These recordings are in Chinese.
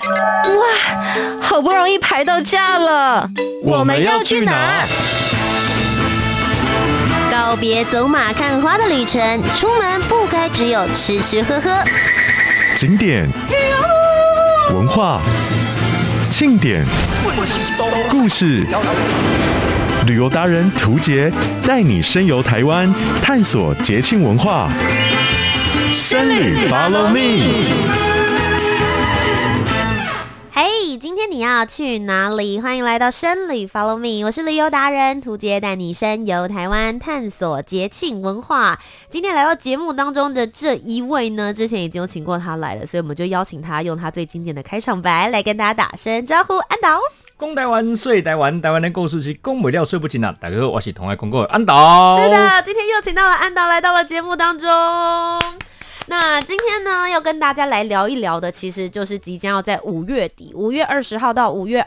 哇，好不容易排到假了， 我们要去哪？ 告别走马看花的旅程，出门不该只有吃吃喝喝。 景点、文化、庆典、故事，旅游达人涂杰带你深游台湾，探索节庆文化。深旅 Follow Me。 嘿，今天你要去哪里？欢迎来到深旅 Follow Me， 我是旅游达人涂杰，带你深游台湾，探索节庆文化。今天来到节目当中的这一位呢，之前已经有请过他来了，所以我们就邀请他用他最经典的开场白来跟大家打声招呼。安导， 讲台湾睡台湾，台湾的故事是讲不了睡不醒啊！大家好，我是同爱公公的安导。 是的，今天又请到了安导来到了节目当中。那今天呢，要跟大家来聊一聊的，其实就是即将要在5月底，5月20号到5月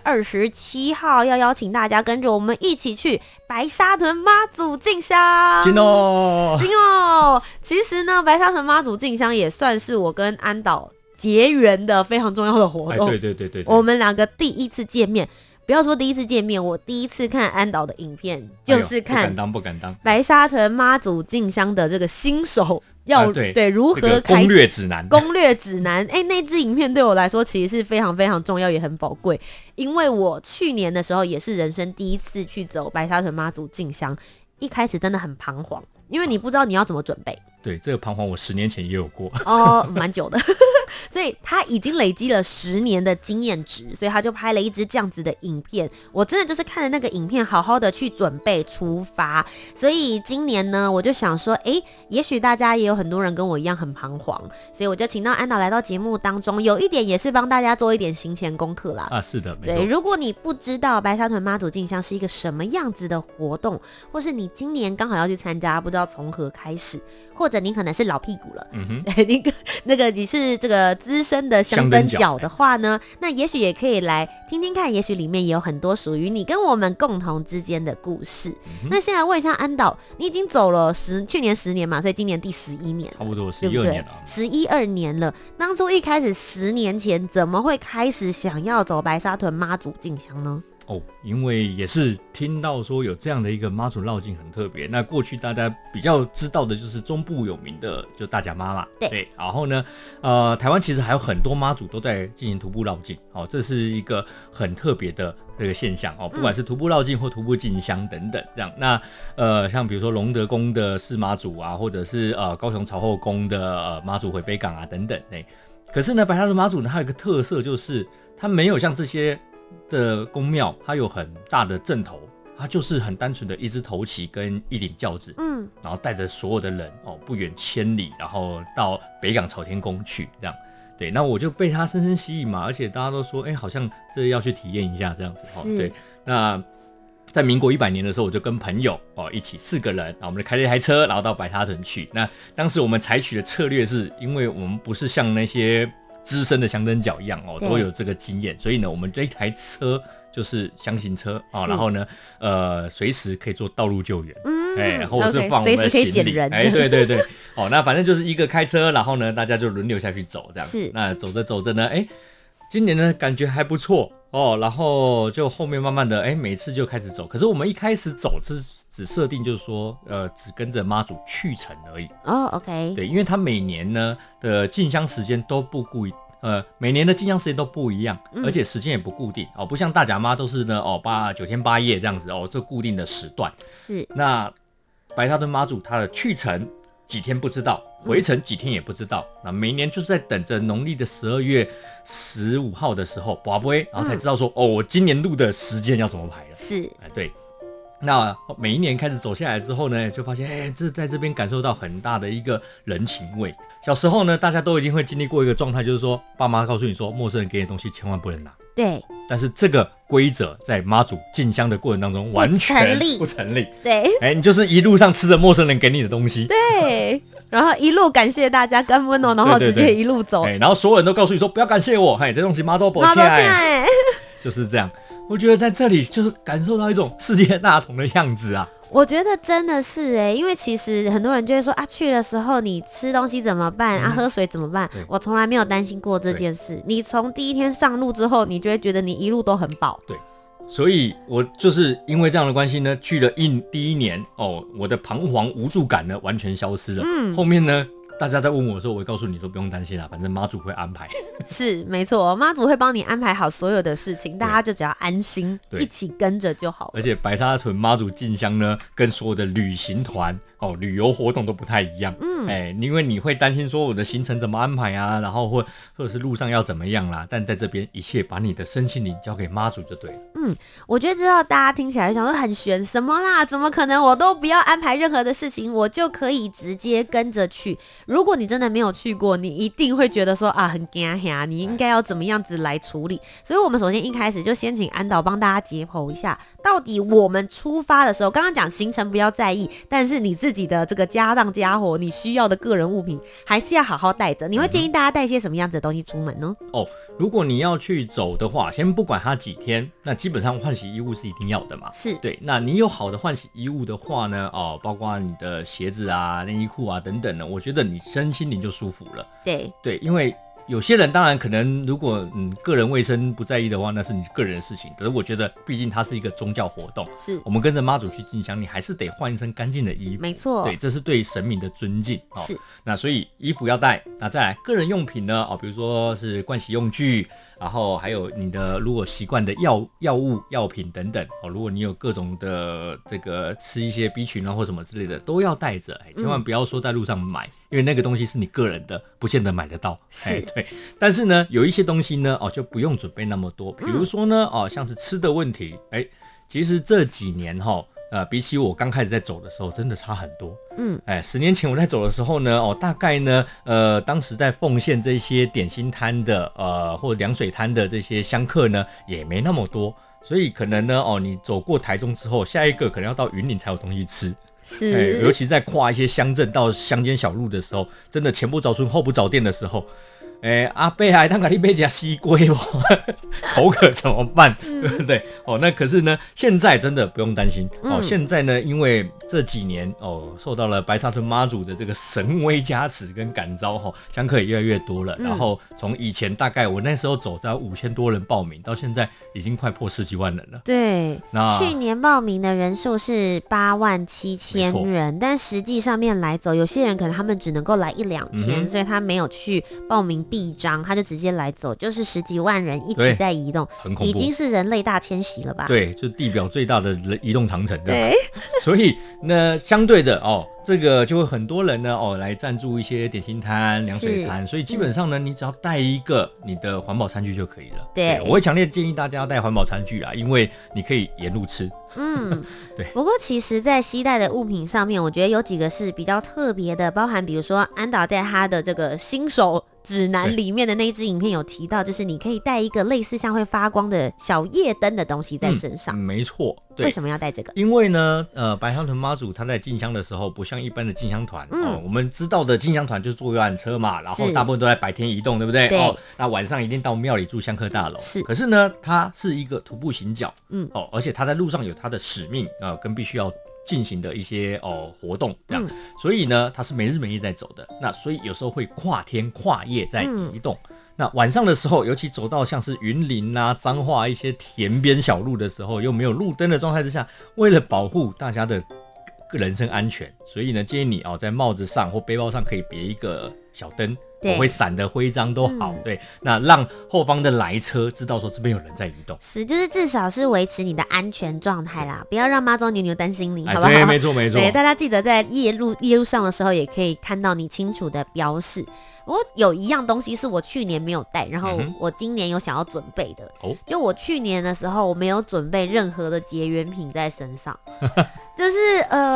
27号，要邀请大家跟着我们一起去白沙屯妈祖进香。 真哦， 其实呢，白沙屯妈祖进香也算是我跟安导结缘的非常重要的活动。 对， 我们两个第一次见面。不要说第一次见面，我第一次看安导的影片，就是看不敢当白沙屯妈祖进香的这个新手要、对如何开攻略指南。 那支影片对我来说其实是非常非常重要，也很宝贵，因为我去年的时候也是人生第一次去走白沙屯妈祖进香，一开始真的很彷徨，因为你不知道你要怎么准备。 对，这个彷徨我10年前也有过哦，蛮久的。所以他已经累积了10年的经验值，所以他就拍了一支这样子的影片。我真的就是看了那个影片，好好的去准备出发。所以今年呢，我就想说，也许大家也有很多人跟我一样很彷徨，所以我就请到安导来到节目当中，有一点也是帮大家做一点行前功课啦。 啊，是的，没错。 对，如果你不知道白沙屯妈祖进香是一个什么样子的活动，或是你今年刚好要去参加，不知道从何开始，或者你可能是老屁股了，对，你是这个资深的香灯脚的话呢，那也许也可以来听听看，也许里面也有很多属于你跟我们共同之间的故事。那现在问一下安导，你已经走了去年10年嘛，所以今年第11年， 差不多12年了 ，12年了。当初一开始10年前怎么会开始想要走白沙屯妈祖进香呢？ 因为也是听到说有这样的一个妈祖绕境很特别。那过去大家比较知道的就是中部有名的就大甲妈嘛，对。然后呢，台湾其实还有很多妈祖都在进行徒步绕境，这是一个很特别的这个现象不管是徒步绕境或徒步进香等等这样。那像比如说龙德宫的四妈祖啊，或者是高雄朝后宫的妈祖回北港啊等等。可是呢，白沙屯妈祖呢，它有一个特色，就是它没有像这些的宫庙，它有很大的阵头，它就是很单纯的一只头旗跟一顶轿子，然后带着所有的人不远千里，然后到北港朝天宫去这样。对，那我就被它深深吸引嘛，而且大家都说，好像这要去体验一下这样子对，那在民国100年的时候，我就跟朋友一起4个人，然后我们就开了一台车，然后到白沙屯去。那当时我们采取的策略是，因为我们不是像那些资深的香灯脚一样都有这个经验，所以呢，我们这一台车就是箱型车然后呢，随时可以做道路救援，然后是放我们的行李，对，那反正就是一个开车，然后呢，大家就轮流下去走这样。是，那走着走着呢，今年呢感觉还不错然后就后面慢慢的每次就开始走。可是我们一开始走只设定就是说只跟着妈祖去程而已。 OK。 对，因为他每年呢的进香时间都不固定，每年的进香时间都不一样，而且时间也不固定不像大甲妈都是呢9天8夜这样子这固定的时段。 是。那白沙屯妈祖他的去程几天不知道，回程几天也不知道。那每年就是在等着农历的12月15号的时候拔杯，然后才知道说我今年路的时间要怎么排了。 是， 对。那每一年开始走下来之后呢，就发现这在这边感受到很大的一个人情味。小时候呢，大家都一定会经历过一个状态，就是说爸妈告诉你说，陌生人给你的东西千万不能拿。 对。 但是这个规则在妈祖进香的过程当中完全不成立。 对。 你就是一路上吃着陌生人给你的东西。 对。然后一路感谢大家感恩然后直接一路走。 然后所有人都告诉你说不要感谢我，这东西妈都不欠。就是这样。我觉得在这里就是感受到一种世界大同的样子啊。 我觉得真的是因为其实很多人就会说啊，去的时候你吃东西怎么办啊，喝水怎么办？我从来没有担心过这件事。你从第一天上路之后，你就会觉得你一路都很饱。 对，所以我就是因为这样的关系呢，去了第一年我的彷徨无助感呢完全消失了。后面呢，大家在问我的时候，我会告诉你都不用担心啦，反正妈祖会安排。 是没错，妈祖会帮你安排好所有的事情，大家就只要安心，一起跟着就好了。 而且白沙屯妈祖进香呢，跟所有的旅行团旅游活动都不太一样。因为你会担心说我的行程怎么安排啊，然后或者是路上要怎么样啦，但在这边一切把你的身心灵交给妈祖就对了。 我觉得知道大家听起来想说很玄，什么啦？怎么可能？我都不要安排任何的事情，我就可以直接跟着去。如果你真的没有去过，你一定会觉得说啊，很惊吓，你应该要怎么样子来处理。所以我们首先一开始就先请安导帮大家解剖一下，到底我们出发的时候，刚刚讲行程不要在意，但是你自己的这个家当家伙，你需要的个人物品还是要好好带着。你会建议大家带一些什么样子的东西出门呢？ 如果你要去走的话，先不管它几天，那基本上换洗衣物是一定要的嘛。 是对，那你有好的换洗衣物的话呢，包括你的鞋子啊、内衣裤啊等等的，我觉得你身心灵就舒服了。对，因为有些人当然可能如果个人卫生不在意的话，那是你个人的事情。可是我觉得毕竟它是一个宗教活动， 是我们跟着妈祖去进香，你还是得换一身干净的衣服。 没错， 对，这是对神明的尊敬。 是， 那所以衣服要带，那再来个人用品呢？比如说是盥洗用具，然后还有你的如果习惯的药物、药品等等如果你有各种的这个吃一些 B 群啊或什么之类的，都要带着。千万不要说在路上买。因为那个东西是你个人的，不见得买得到。 是， 对。但是呢，有一些东西呢，就不用准备那么多。比如说呢，像是吃的问题，其实这几年比起我刚开始在走的时候，真的差很多。10年前我在走的时候呢，大概呢，当时在奉献这些点心摊的，或者凉水摊的这些香客呢，也没那么多。所以可能呢，你走过台中之后，下一个可能要到云林才有东西吃。 是， 尤其在跨一些乡镇到乡间小路的时候，真的前不着村后不着店的时候，阿伯还当给你买一西龟哦，口渴怎么办？对不对？那可是呢，现在真的不用担心现在呢，因为这几年受到了白沙屯妈祖的这个神威加持跟感召香客也越来越多了。然后从以前大概我那时候走在5000多人报名，到现在已经快破10几万人了。 对，去年报名的人数是87000人，但实际上面来走，有些人可能他们只能够来1-2天，所以他没有去报名臂章，他就直接来走，就是10几万人一起在移动， 很恐怖， 已经是人类大迁徙了吧？ 对，就是地表最大的移动长城。对，所以那相对的这个就会很多人呢来赞助一些点心摊、凉水摊，所以基本上呢，你只要带一个你的环保餐具就可以了。 对， 我会强烈建议大家要带环保餐具啦，因为你可以沿路吃。对。 不过其实在携带的物品上面，我觉得有几个是比较特别的，包含比如说安导在他的这个新手指南里面的那一支影片有提到，就是你可以带一个类似像会发光的小夜灯的东西在身上。 没错。对， 为什么要带这个？ 因为呢，白沙屯妈祖他在进香的时候，不像一般的进香团我们知道的进香团就是坐游览车嘛，然后大部分都在白天移动，对不对？ 对。 那晚上一定到庙里住香客大楼。 是。 可是呢，它是一个徒步行脚，而且他在路上有他的使命跟必须要进行的一些活动，这样，所以呢，它是没日没夜在走的。那所以有时候会跨天跨夜在移动。那晚上的时候，尤其走到像是云林啊、彰化一些田边小路的时候，又没有路灯的状态之下，为了保护大家的人身安全，所以呢，建议你在帽子上或背包上可以别一个小灯。会闪的徽章都好，对，那让后方的来车知道说这边有人在移动， 是，就是至少是维持你的安全状态啦，不要让妈祖牛牛担心你，好不好？ 对，没错没错。 对，大家记得在夜路上的时候，也可以看到你清楚的标示。我有一样东西是我去年没有带，然后我今年有想要准备的。就我去年的时候，我没有准备任何的结缘品在身上，就是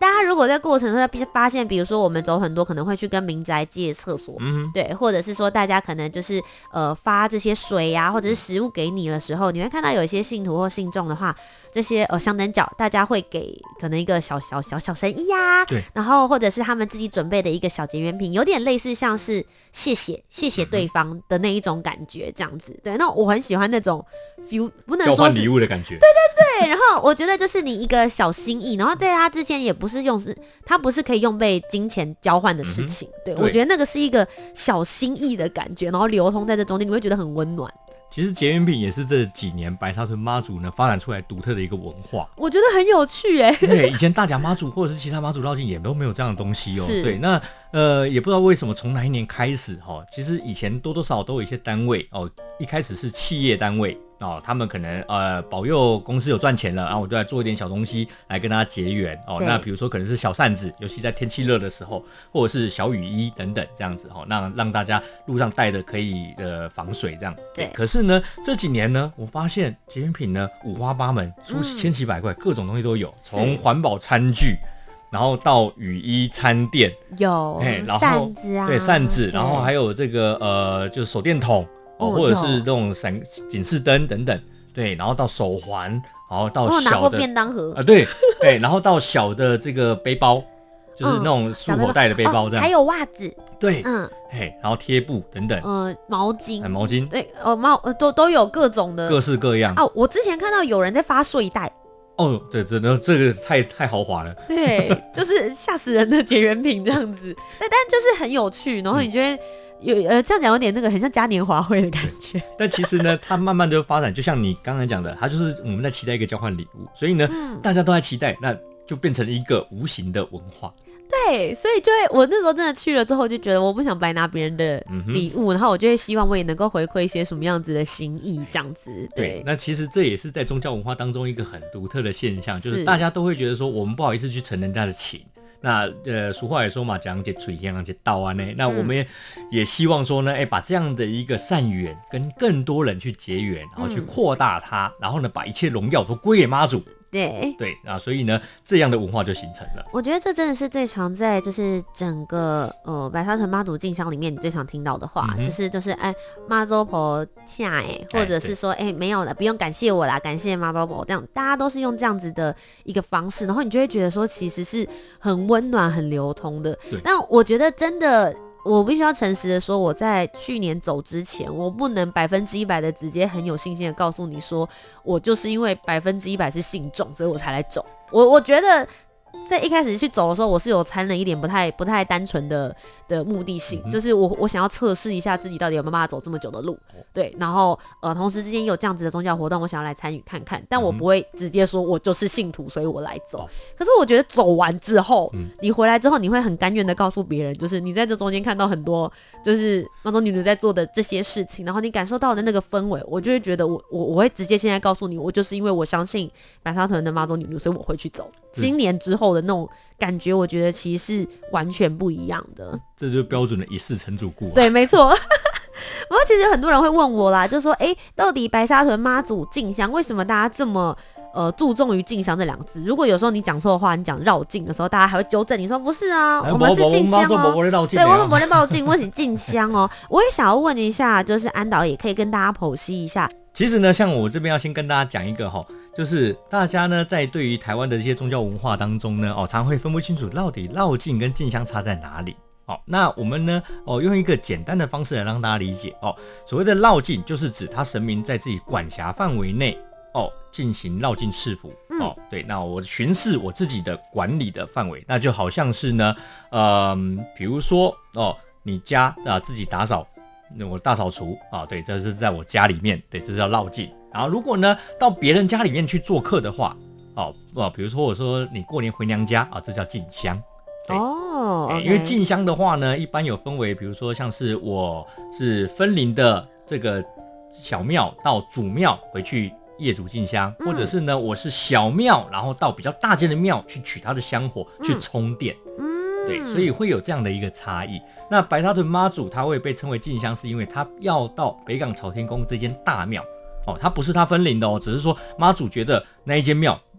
大家如果在过程中会发现，比如说我们走很多可能会去跟民宅借厕所，对，或者是说大家可能就是发这些水啊或者是食物给你的时候，你会看到有一些信徒或信众的话，这些香灯脚大家会给可能一个小神医啊， 对， 然后或者是他们自己准备的一个小结缘品，有点类似像是谢谢对方的那一种感觉这样子。对，那我很喜欢那种 feel， 不能说是交换礼物的感觉。 对，然后我觉得就是你一个小心意，然后在他之前也不是他不是可以用被金钱交换的事情。对，我觉得那个是一个小心意的感觉，然后流通在这中间，你会觉得很温暖。 其实结缘品也是这几年白沙屯妈祖呢发展出来独特的一个文化， 我觉得很有趣耶。 对，以前大甲妈祖或者是其他妈祖绕境也都没有这样的东西哦。对，那也不知道为什么从哪一年开始其实以前多多少少都有一些单位一开始是企业单位他们可能保佑公司有赚钱了，然后我就来做一点小东西来跟大家结缘那比如说可能是小扇子，尤其在天气热的时候，或者是小雨衣等等这样子让大家路上带的可以防水这样。对，可是呢这几年呢，我发现结缘品呢五花八门，出千奇百怪，各种东西都有，从环保餐具。然后到雨衣餐垫有，然后扇子啊， 对，扇子，然后还有这个就是手电筒或者是这种警示灯等等，对，然后到手环，然后到小的， 拿过便当盒对，然后到小的这个背包，就是那种束口袋的背包这样， 还有袜子， 对，然后贴布等等， 毛巾，对，都有各种的， 各式各样。 我之前看到有人在发睡袋。 对，真的这个太豪华了， 对，就是吓死人的结缘品这样子，但就是很有趣，然后你觉得这样讲有点那个很像嘉年华会的感觉。 但其实呢，它慢慢的发展，就像你刚才讲的，它就是我们在期待一个交换礼物，所以呢，大家都在期待，那就变成了一个无形的文化。 对，所以就会，我那时候真的去了之后，就觉得我不想白拿别人的礼物，然后我就会希望我也能够回馈一些什么样子的心意，这样子。对， 那其实这也是在宗教文化当中一个很独特的现象，就是大家都会觉得说，我们不好意思去承人家的情。那俗话也说嘛，讲解嘴香，讲解道安呢。那我们也希望说呢，把这样的一个善缘跟更多人去结缘，然后去扩大它，然后呢，把一切荣耀都归给妈祖。对，那所以呢，这样的文化就形成了。 我觉得这真的是最常在就是整个白沙屯妈祖进香里面你最常听到的话，就是妈祖婆下或者是说没有了，不用感谢我啦，感谢妈祖婆，这样大家都是用这样子的一个方式，然后你就会觉得说其实是很温暖、很流通的。但我觉得真的。我必须要诚实的说，我在去年走之前，我不能100%的直接很有信心的告诉你说，我就是因为100%是信众，所以我才来走。我觉得在一开始去走的时候，我是有掺了一点不太单纯的目的性，就是我想要测试一下自己到底有没有办法走这么久的路，对，然后同时之间有这样子的宗教活动，我想要来参与看看，但我不会直接说我就是信徒，所以我来走。可是我觉得走完之后，你回来之后，你会很甘愿的告诉别人，就是你在这中间看到很多就是妈祖女女在做的这些事情，然后你感受到的那个氛围，我就会觉得我会直接现在告诉你，我就是因为我相信白沙屯的妈祖女女，所以我会去走。今年之后的那种感觉，我觉得其实是完全不一样的。 这就是标准的一世成主顾。 对，没错。不过其实有很多人会问我啦，就说到底白沙屯妈祖进香为什么大家这么注重于进香这两个字？如果有时候你讲错的话，你讲绕境的时候，大家还会纠正你说不是啊，我们是进香哦。对，我们不是绕境，我是进香哦。我也想要问一下，就是安导也可以跟大家剖析一下。 其实呢，像我这边要先跟大家讲一个就是大家呢在对于台湾的这些宗教文化当中呢，常会分不清楚到底绕境跟进香差在哪里。那我们呢用一个简单的方式来让大家理解所谓的绕境就是指他神明在自己管辖范围内进行绕境赐福对，那我巡视我自己的管理的范围，那就好像是呢比如说你家自己打扫，我大扫除对，这是在我家里面，对，这是叫绕境。然后如果呢到别人家里面去做客的话比如说我说你过年回娘家这叫进香。因为进香的话呢，一般有分为，比如说像是我是分灵的这个小庙到主庙回去业主进香，或者是呢我是小庙然后到比较大间的庙去取它的香火去充电。对，所以会有这样的一个差异。那白沙屯妈祖它会被称为进香，是因为它要到北港朝天宫这间大庙它不是他分灵的只是说妈祖觉得那一间庙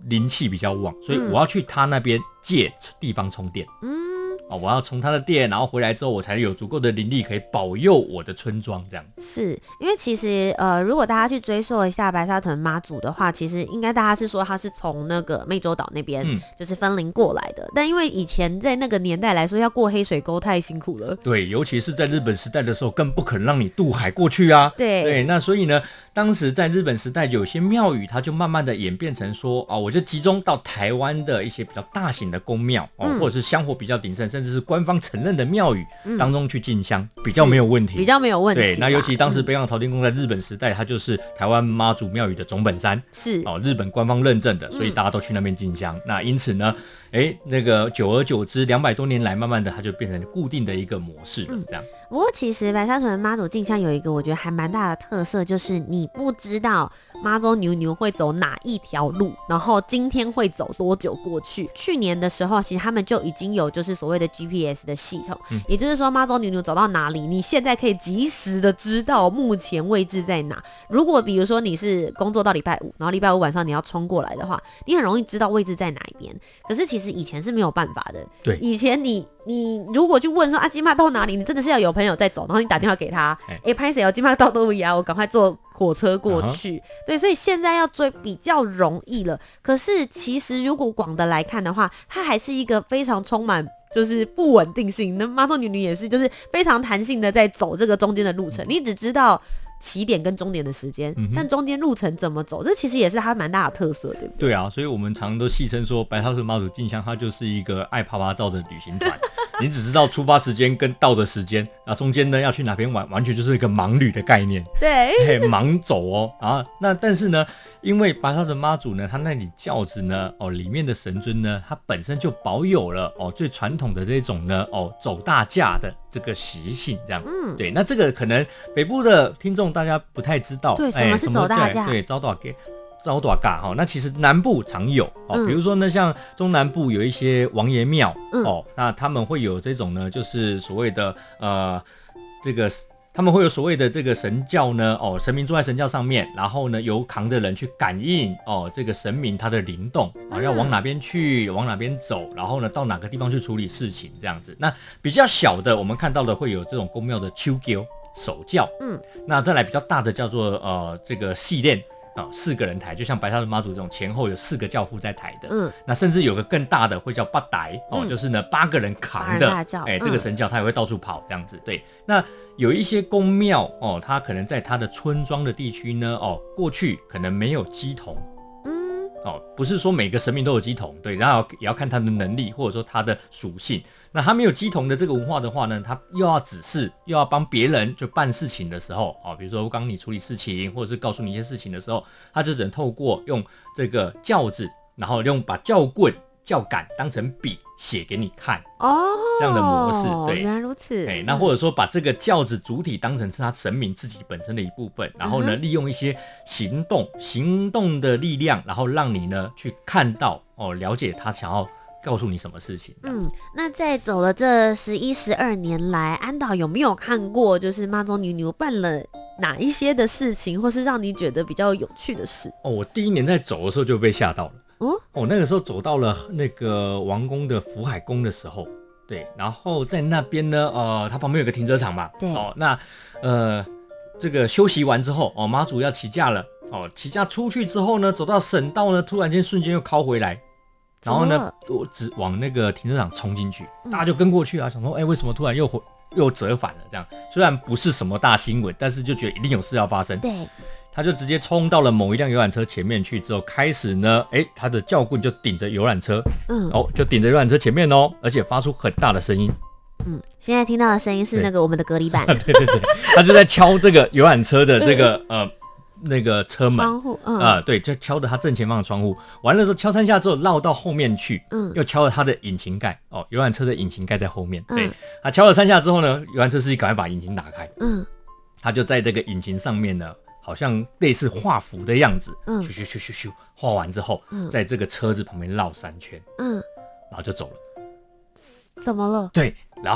灵气比较旺，所以我要去他那边借地方充电。我要充他的电，然后回来之后我才有足够的灵力可以保佑我的村庄，这样。 是因为其实如果大家去追溯一下白沙屯妈祖的话，其实应该大家是说他是从那个湄洲岛那边就是分灵过来的，但因为以前在那个年代来说要过黑水沟太辛苦了， 对，尤其是在日本时代的时候更不可能让你渡海过去啊。对，那所以呢当时在日本时代有些庙宇它就慢慢的演变成说我就集中到台湾的一些比较大型的宫庙或者是香火比较鼎盛甚至是官方承认的庙宇当中去进香，比较没有问题， 比较没有问题。 对，那尤其当时北港朝天宫在日本时代它就是台湾妈祖庙宇的总本山， 是日本官方认证的，所以大家都去那边进香。那因此呢那个久而久之200多年来慢慢的它就变成固定的一个模式了这样。 不过其实白沙屯妈祖进香有一个我觉得还蛮大的特色，就是你不知道妈祖牛牛会走哪一条路，然后今天会走多久过去。去年的时候其实他们就已经有就是所谓的 GPS 的系统，也就是说妈祖牛牛走到哪里你现在可以及时的知道目前位置在哪。如果比如说你是工作到礼拜五，然后礼拜五晚上你要冲过来的话，你很容易知道位置在哪一边，可是其实以前是没有办法的。 对， 以前你如果去问说金马到哪里，你真的是要有朋友在走，然后你打电话给他拍谁金马到都一样，我赶快坐火车过去。对，所以现在要追比较容易了，可是其实如果广的来看的话，它还是一个非常充满就是不稳定性。那妈祖女女也是就是非常弹性的在走这个中间的路程，你只知道起点跟终点的时间，但中间路程怎么走，这其实也是它蛮大的特色，对不对？ 对啊，所以我们常都戏称说白沙屯妈祖进香它就是一个爱啪啪照的旅行团你只知道出发时间跟到的时间，中间呢要去哪边玩，完全就是一个盲旅的概念。 对， 盲走那但是呢因为白沙屯妈祖呢它那里轿子呢里面的神尊呢它本身就保有了最传统的这种呢走大架的这个习性这样。对，那这个可能北部的听众大家不太知道。 对，什么是走大架？ 对，走大架那其实南部常有比如说呢像中南部有一些王爷庙那他们会有这种呢就是所谓的这个他们会有所谓的这个神教呢神明坐在神教上面，然后呢由扛的人去感应这个神明他的灵动要往哪边去往哪边走，然后呢到哪个地方去处理事情这样子。那比较小的我们看到的会有这种宫庙的手轿手轿那再来比较大的叫做这个系列4个人抬，就像白沙屯妈祖这种前后有4个轿夫在抬的那甚至有个更大的会叫八台就是呢8个人扛的这个神轿它也会到处跑这样子。对，那有一些宫庙它可能在它的村庄的地区呢过去可能没有乩童不是说每个神明都有乩童，对，然后也要看他的能力或者说他的属性。那他没有乩童的这个文化的话呢，他又要指示又要帮别人就办事情的时候比如说我帮你处理事情或者是告诉你一些事情的时候，他就只能透过用这个轿子，然后用把轿棍轿杆当成笔写给你看这样的模式。对， 原来如此。 那或者说把这个轿子主体当成是他神明自己本身的一部分，然后呢利用一些行动的力量，然后让你呢去看到了解他想要告诉你什么事情。 那在走了这11、12年来，安导有没有看过就是妈祖牛牛办了哪一些的事情，或是让你觉得比较有趣的事？ 我第一年在走的时候就被吓到了。那个时候走到了那个王宫的福海宫的时候，对，然后在那边呢它旁边有个停车场嘛， 对那这个休息完之后妈祖要起驾了起驾出去之后呢，走到省道呢突然间瞬间又靠回来，然后呢我只往那个停车场冲进去，大家就跟过去想说为什么突然又折返了这样。虽然不是什么大新闻，但是就觉得一定有事要发生。 对， 他就直接冲到了某一辆游览车前面去之后，开始呢他的轿棍就顶着游览车就顶着游览车前面而且发出很大的声音。 现在听到的声音是那个我们的隔离板对，他就在敲这个游览车的这个那个车门窗户对，就敲的他正前方的窗户，完了之后敲3下之后绕到后面去又敲了他的引擎盖游览车的引擎盖在后面对，他敲了3下之后呢，游览车司机赶快把引擎打开他就在这个引擎上面呢好像类似画符的样子咻画完之后在这个车子旁边绕3圈然后就走了。 怎么了？ 对，然后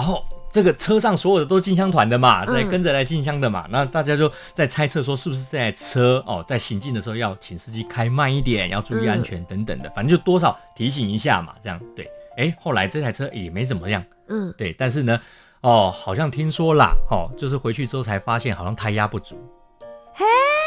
这个车上所有的都是进香团的嘛，在跟着来进香的嘛，那大家就在猜测说是不是这台车在行进的时候要请司机开慢一点，要注意安全等等的，反正就多少提醒一下嘛，这样对。后来这台车也没怎么样，对，但是呢，好像听说啦，就是回去之后才发现好像胎压不足。 嘿，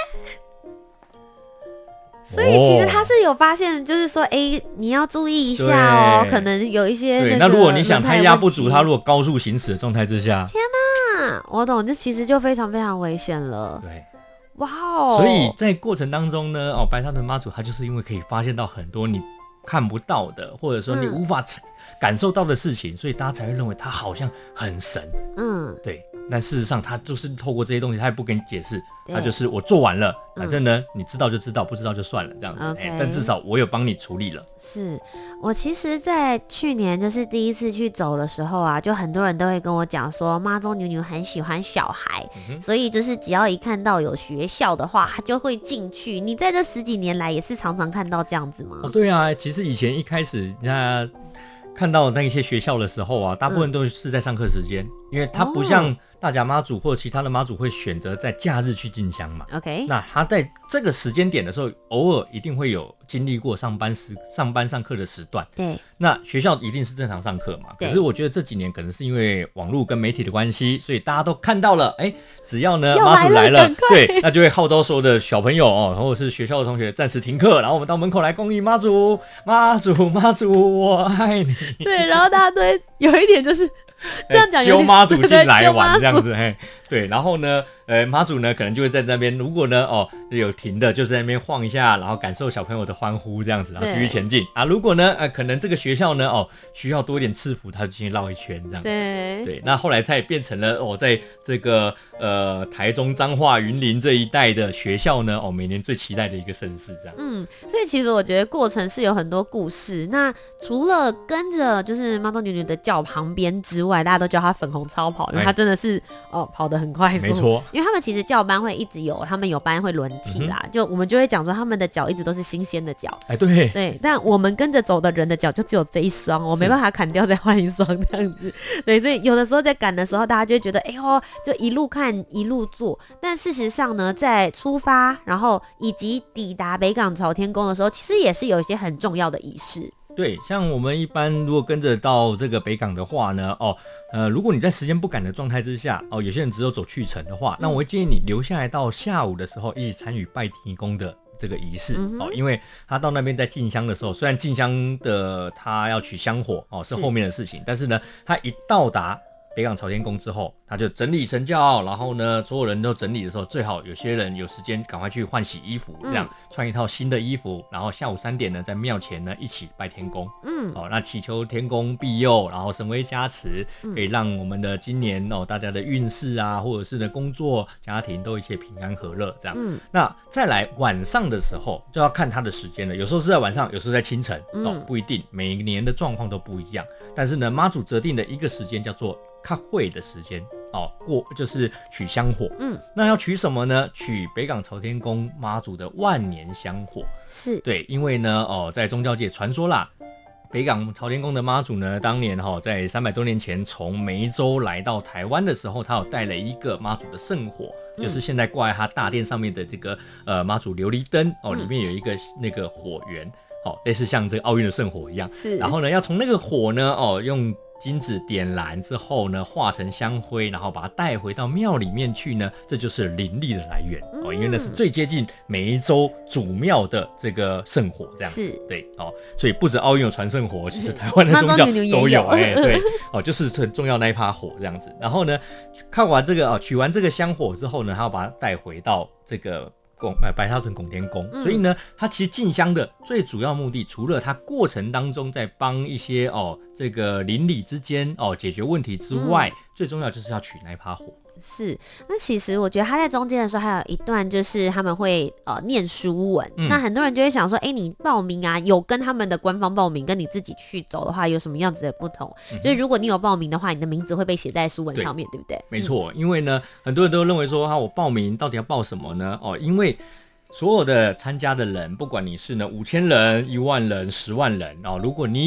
所以其实他是有发现，就是说，你要注意一下哦，可能有一些对。那如果你想胎压不足，他如果高速行驶的状态之下， 天哪，我懂，这其实就非常非常危险了。 对， 哇哦！ 所以在过程当中呢，白沙屯妈祖他就是因为可以发现到很多你看不到的，或者说你无法感受到的事情，所以大家才会认为他好像很神。对。但事实上，他就是透过这些东西，他也不跟你解释，他就是我做完了，反正呢，你知道就知道，不知道就算了，这样子。但至少我有帮你处理了。 是我其实，在去年就是第一次去走的时候啊，就很多人都会跟我讲说，妈祖女女很喜欢小孩，所以就是只要一看到有学校的话，他就会进去。你在这10几年来也是常常看到这样子吗？ 对啊，其实以前一开始看到那些学校的时候啊，大部分都是在上课时间，因为它不像大甲妈祖或其他的妈祖会选择在假日去进香嘛。 OK， 那他在这个时间点的时候，偶尔一定会有经历过上班上课的时段。 对， 那学校一定是正常上课嘛。可是我觉得这几年可能是因为网络跟媒体的关系，所以大家都看到了，只要呢妈祖来了，对，那就会号召所有的小朋友或者是学校的同学暂时停课，然后我们到门口来恭迎妈祖，妈祖，妈祖，我爱你。 对，然后大家都会有一点就是这样讲， 揪妈祖进来玩这样子，对，然后呢，妈祖呢可能就会在那边，如果呢有停的，就在那边晃一下，然后感受小朋友的欢呼这样子，然后继续前进啊。如果呢可能这个学校呢需要多一点赐福，他就进去绕一圈这样子。对，那后来才变成了在这个台中彰化云林这一带的学校呢每年最期待的一个盛事这样。 所以其实我觉得过程是有很多故事。那除了跟着就是妈祖女女的脚旁边之外，大家都叫他粉红超跑，因为他真的是跑得很快速。 没错， 因为他们其实教班会一直有，他们有班会轮替啦，就我们就会讲说他们的脚一直都是新鲜的脚。对，但我们跟着走的人的脚就只有这一双，我没办法砍掉再换一双这样子。对，所以有的时候在赶的时候，大家就会觉得就一路看一路做。但事实上呢，在出发然后以及抵达北港朝天宫的时候，其实也是有一些很重要的仪式。 对，像我们一般如果跟着到这个北港的话呢，如果你在时间不赶的状态之下，有些人只有走去程的话，那我会建议你留下来到下午的时候一起参与拜天公的这个仪式，因为他到那边在进香的时候，虽然进香的他要取香火是后面的事情，但是呢，他一到达北港朝天宫之后，他就整理神教，然后呢，所有人都整理的时候，最好有些人有时间赶快去换洗衣服，这样穿一套新的衣服，然后下午3点呢，在庙前呢一起拜天公，那祈求天公庇佑，然后神威加持，可以让我们的今年大家的运势啊，或者是呢工作、家庭都一切平安和乐，这样。那再来晚上的时候就要看他的时间了，有时候是在晚上，有时候在清晨，不一定，每年的状况都不一样。但是呢，妈祖择定的一个时间叫做开会的时间就是取香火。那要取什么呢？取北港朝天宫妈祖的万年香火。 是对，因为呢在宗教界传说啦，北港朝天宫的妈祖呢，当年在300多年前从梅州来到台湾的时候，他有带了一个妈祖的圣火，就是现在挂在他大殿上面的这个妈祖琉璃灯里面有一个那个火源，类似像这个奥运的圣火一样。 是， 然后呢，要从那个火呢用金子点燃之后呢，化成香灰，然后把它带回到庙里面去呢，这就是灵力的来源因为那是最接近梅州主庙的这个圣火，这样子。 是， 对所以不止奥运有传圣火，其实台湾的宗教都有对就是很重要那一趴火这样子。然后呢，看完这个取完这个香火之后呢，他要把它带回到这个白沙屯拱天宫，所以呢，他其实进香的最主要目的，除了他过程当中在帮一些这个邻里之间解决问题之外，最重要就是要取那一趴火。 是，那其实我觉得他在中间的时候还有一段，就是他们会念书文。那很多人就会想说，你报名啊，有跟他们的官方报名，跟你自己去走的话，有什么样子的不同？就是如果你有报名的话，你的名字会被写在书文上面， 对不对？ 没错，因为呢，很多人都认为说，我报名到底要报什么呢？因为所有的参加的人，不管你是呢5000人、1万人、10万人如果你有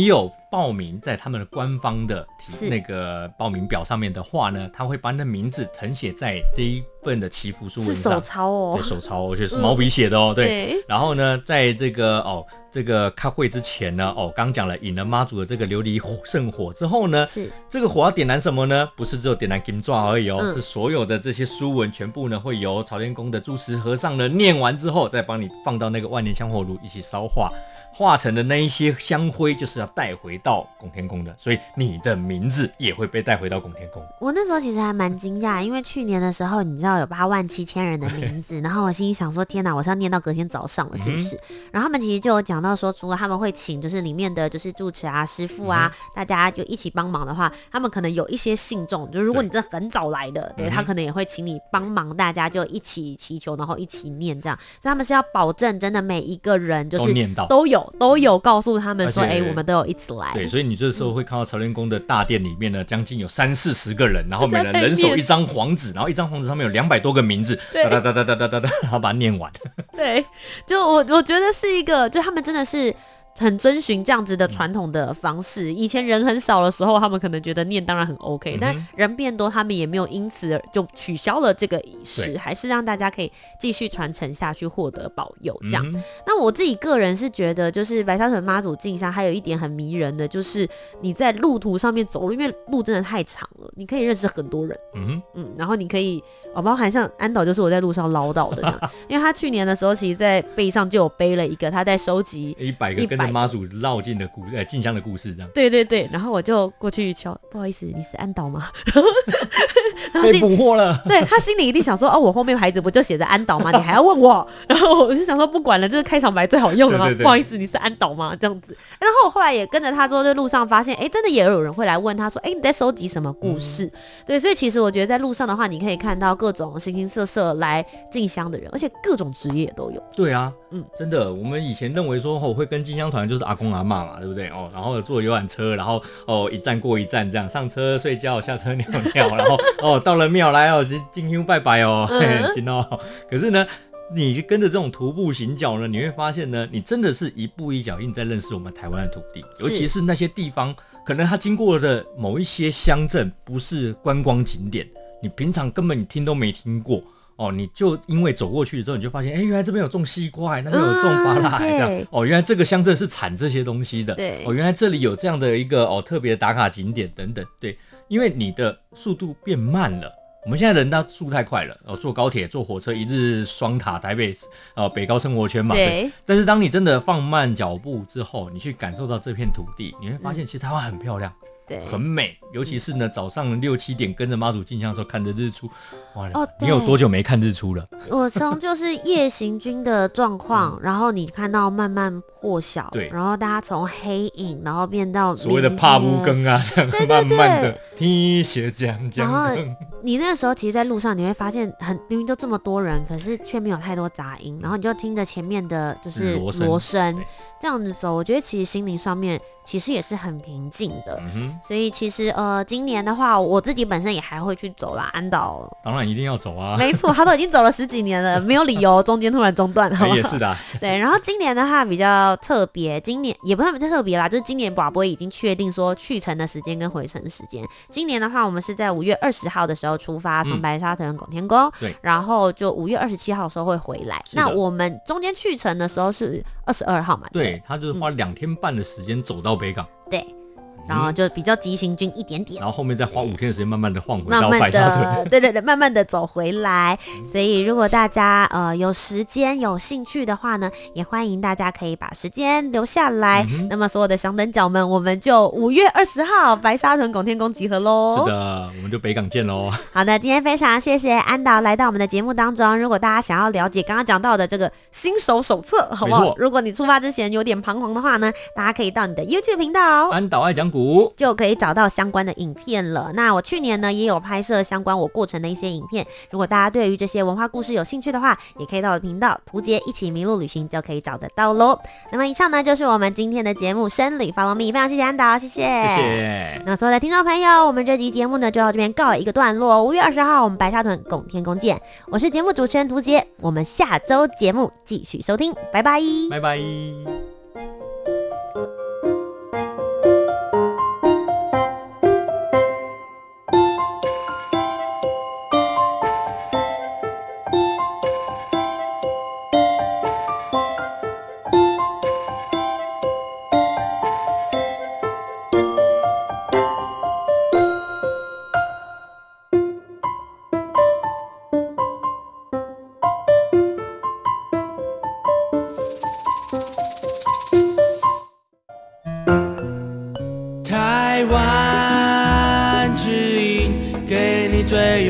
报名在他们的官方的那个报名表上面的话呢，他会把你的名字誊写在这一份的祈福书文上， 是手抄哦， 对，手抄，而且是毛笔写的哦，对。然后呢，在这个开会之前呢，刚讲了引了妈祖的这个琉璃圣火之后呢， 是这个火要点燃什么呢？不是只有点燃金爪而已哦，是所有的这些书文全部呢会由朝天宫的住持和尚呢念完之后，再帮你放到那个万年香火炉一起烧化。化成的那一些香灰就是要带回到拱天宫的，所以你的名字也会被带回到拱天宫。 我那时候其实还蛮惊讶，因为去年的时候你知道有87000人的名字，然后我心里想说天哪，我是要念到隔天早上了是不是？然后他们其实就有讲到说，除了他们会请就是里面的就是住持啊师父啊，大家就一起帮忙的话，他们可能有一些信众，就如果你真的很早来的，对他可能也会请你帮忙，大家就一起祈求，然后一起念这样，所以他们是要保证真的每一个人就是都有告诉他们说，我们都有一起来。对， 所以你这时候会看到朝天宫的大殿里面呢，将近有30-40个人，然后每人人手一张黄纸，然后一张黄纸上面有200多个名字，哒哒哒哒哒哒哒，然后把它念完。 对，就我觉得是一个，就他们真的是很遵循这样子的传统的方式。以前人很少的时候，他们可能觉得念当然很 OK，但人变多，他们也没有因此就取消了这个仪式，还是让大家可以继续传承下去，获得保佑这样。那我自己个人是觉得，就是白沙屯妈祖进香还有一点很迷人的，就是你在路途上面走路，因为路真的太长了，你可以认识很多人。然后你可以包含像安导，就是我在路上唠叨的这样，因为他去年的时候，其实在背上就有背了一个他在收集 100个跟着妈祖绕境的进香的故事这样。 对对对，然后我就过去敲，不好意思，你是安导吗？ 被捕获了。 对，他心里一定想说，我后面牌子不就写着安导吗？你还要问我？然后我就想说，不管了，这个开场白最好用了嘛。不好意思，你是安导吗？这样子。然后我后来也跟着他之后，在路上发现，真的也有人会来问他说，你在收集什么故事？对，所以其实我觉得在路上的话，你可以看到各种形形色色来进香的人，而且各种职业都有。 对啊，真的，我们以前认为说，会跟进香团就是阿公阿嬷嘛，对不对？然后坐游览车，然后一站过一站这样，上车睡觉，下车尿尿，然后到了庙来进香拜拜进哦。可是呢，你跟着这种徒步行脚呢，你会发现呢，你真的是一步一脚印在认识我们台湾的土地，尤其是那些地方，可能它经过的某一些乡镇不是观光景点，你平常根本你听都没听过。你就因为走过去之后，你就发现，原来这边有种西瓜，那边有种芭乐，这样，原来这个乡镇是产这些东西的， 对， 原来这里有这样的一个特别的打卡景点等等，对，因为你的速度变慢了。我们现在人都速太快了，坐高铁、坐火车，一日双塔台北北高生活圈嘛。对。但是当你真的放慢脚步之后，你去感受到这片土地，你会发现其实台湾很漂亮，对，很美。尤其是呢，早上6-7点跟着妈祖进香的时候，看着日出，哇！你有多久没看日出了？ 我从就是夜行军的状况，然后你看到慢慢破晓，对，然后大家从黑影，然后变到所谓的帕布更啊，这样慢慢的天斜将。 然后你那时候其实在路上你会发现明明就这么多人，可是却没有太多杂音，然后你就听着前面的就是锣声这样子走，我觉得其实心灵上面其实也是很平静的。所以其实今年的话，我自己本身也还会去走啦，安导当然一定要走啊， 没错，他都已经走了10几年了，没有理由中间突然中断，好不好？ 也是的。 对，然后今年的话比较特别，今年也不算比较特别啦，就是今年宝贝已经确定说去程的时间跟回程的时间。今年的话，我们是在5月20号的时候出发，从白沙屯拱天宫，对，然后就5月27号的时候会回来。那我们中间去程的时候是22号嘛？ 对，他就是花2天半的时间走到北港。 对。然后就比较急行军一点点， 然后后面再花5天的时间慢慢的晃回到白沙屯， 对，慢慢的走回来。所以如果大家有时间有兴趣的话呢，也欢迎大家可以把时间留下来。那么所有的香灯脚们，我们就5月20号白沙屯拱天宫集合咯。 是的，我们就北港见咯。 好的，今天非常谢谢安导来到我们的节目当中。如果大家想要了解刚刚讲到的这个新手手册，好不好？如果你出发之前有点彷徨的话呢，大家可以到你的 YouTube 频道安导爱讲古就可以找到相关的影片了。那我去年呢也有拍摄相关我过程的一些影片，如果大家对于这些文化故事有兴趣的话，也可以到我的频道图杰一起迷路旅行就可以找得到咯。那么以上呢就是我们今天的节目深旅 Follow Me， 非常谢谢安导，谢谢。那所有的听众朋友，我们这集节目呢就到这边告了一个段落。5月20号我们白沙屯拱天宫见，我是节目主持人图杰，我们下周节目继续收听，拜拜， 拜拜。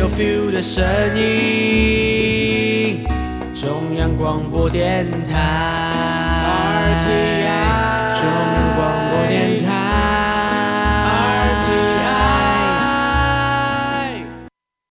有 feel 的声音，中央广播电台 RTI。